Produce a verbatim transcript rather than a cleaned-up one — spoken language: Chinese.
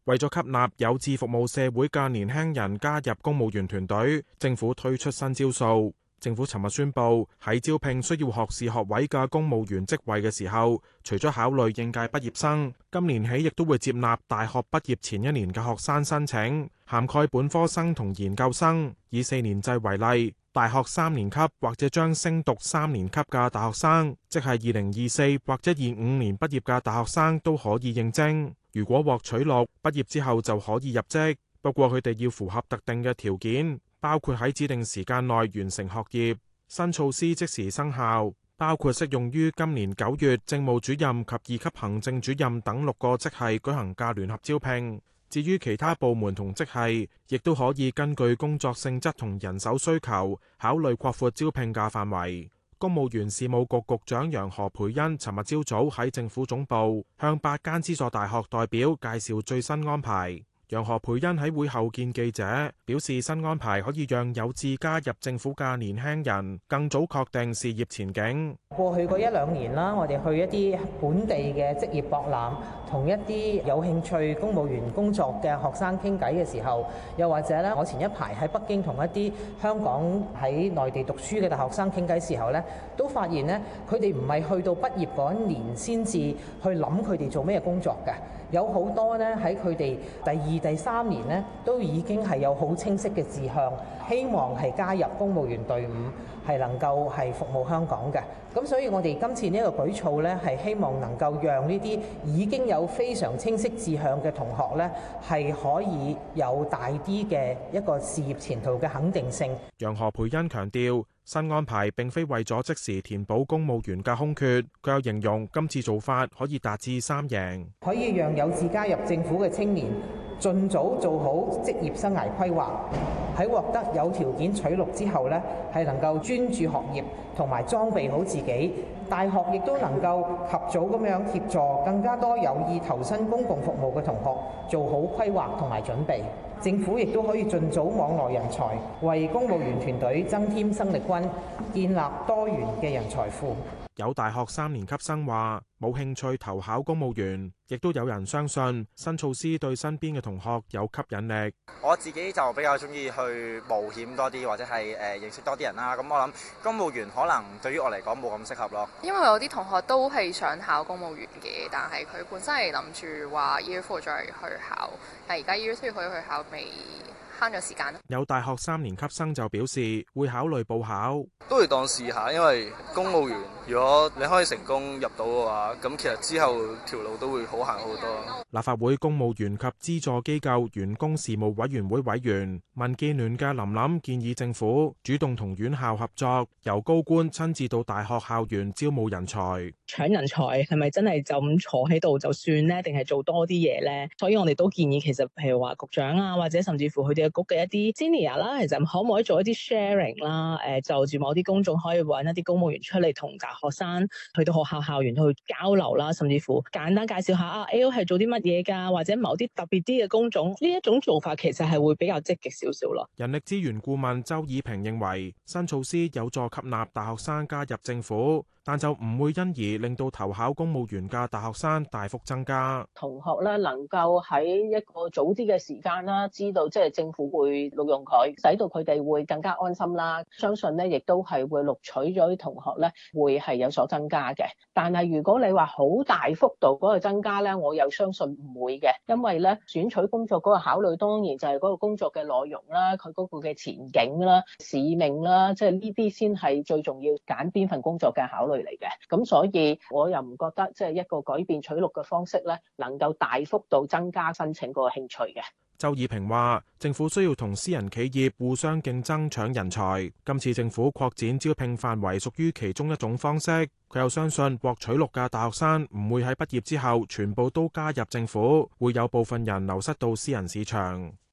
為咗吸納有志服務社會嘅年輕人加入公務員團隊，政府推出新招數。政府尋日宣布，喺招聘需要學士學位嘅公務員職位嘅時候，除咗考慮應屆畢業生，今年起亦都會接納大學畢業前一年嘅學生申請，涵蓋本科生同研究生。以四年制為例，大學三年級或者將升讀三年級嘅大學生，即係二零二四或者二五年畢業嘅大學生都可以應徵。如果獲取錄，畢業之後就可以入職，不過佢哋要符合特定嘅條件。包括喺指定時間內完成學業。新措施即時生效，包括適用於今年九月政務主任及二級行政主任等六個職系舉行嘅聯合招聘。至於其他部門同職系，亦都可以根據工作性質同人手需求，考慮擴闊招聘嘅範圍。公務員事務局局長楊何蓓茵尋日朝早喺政府總部向八間資助大學代表介紹最新安排。楊何蓓茵喺會後見記者，表示新安排可以讓有志加入政府嘅年輕人更早確定事業前景。 過去嗰一兩年啦，我哋去一啲本地嘅職業博覽，同一啲有興趣公務員工作嘅學生傾偈嘅時候，又或者咧，我前一排喺北京同一啲香港喺內地讀書嘅大學生傾偈時候咧，都發現咧，佢哋唔係去到畢業嗰一年先至去諗佢哋做咩工作嘅。有好多咧喺佢哋第二、第三年咧，都已經係有好清晰嘅志向，希望係加入公務員隊伍，係能夠係服務香港嘅。咁所以我哋今次呢一個舉措咧，係希望能夠讓呢啲已經有非常清晰志向嘅同學咧，係可以有大啲嘅一個事業前途嘅肯定性。 楊何蓓茵強調，新安排並非為咗即時填補公務員嘅空缺，佢又形容今次做法可以達至三贏， 可以讓有志加入政府嘅青年盡早做好職業生涯規劃，喺獲得有條件取錄之後呢，係能夠專注學業同埋裝備好自己。大學亦都能夠及早咁樣協助更加多有意投身公共服務嘅同學做好規劃同埋準備。政府亦都可以盡早網羅人才，為公務員團隊增添生力軍，建立多元嘅人才庫。 有大學三年級生話冇興趣投考公務員，亦都有人相信新措施對身邊嘅同學有吸引力。 我自己就比較中意去冒險多啲，或者係誒、呃、認識多啲人啦。咁我諗公務員可能對於我嚟講冇咁適合咯。 因為有啲同學都係想考公務員嘅，但係佢本身係諗住話 Year Four 再去考，但係而家 Year Three 可以去考未？慳咗時間。 有大學三年級生就表示會考慮報考， 都會當試下，因為公務員如果你可以成功入到嘅話，咁其實之後條路都會好行好多。 立法會公務員及資助機構員工事務委員會委員民建聯嘅林琳建議政府主動同院校合作，由高官親自到大學校園招募人才。 搶人才係咪真係就咁坐喺度就算呢？定係做多啲嘢呢？所以我哋都建議，其實譬如話局長啊，或者甚至乎佢哋嘅局嘅一啲 senior 啦，其實可唔可以做一啲 sharing 啦？誒，就住某啲公眾可以揾一啲公務員出嚟同大學生去到學校校園去交流啦，甚至乎簡單介紹下啊 A O 係做啲乜嘢㗎，或者某啲特別啲嘅工種，呢一種做法其實係會比較積極少少咯。 人力資源顧問周以平認為，新措施有助吸納大學生加入政府，但就唔會因而令到投考公務員嘅大學生大幅增加。 同學咧能夠喺一個早啲嘅時間啦，知道即係政府會錄用佢，使到佢哋會更加安心啦。相信咧亦都係會錄取咗啲同學咧，會係有所增加嘅。但係如果你話好大幅度嗰個增加咧，我又相信唔會嘅，因為咧選取工作嗰個考慮當然就係嗰個工作嘅內容啦，佢嗰個嘅前景啦、使命啦，即係呢啲先係最重要揀邊份工作嘅考慮嚟嘅。咁所以我又唔覺得即係一個改變取錄嘅方式咧，能夠大幅度增加申請嗰個興趣嘅。 周以平話，政府需要同私人企業互相競爭搶人才，今次政府擴展招聘範圍屬於其中一種方式。佢又相信獲取錄嘅大學生唔會喺畢業之後全部都加入政府，會有部分人流失到私人市場。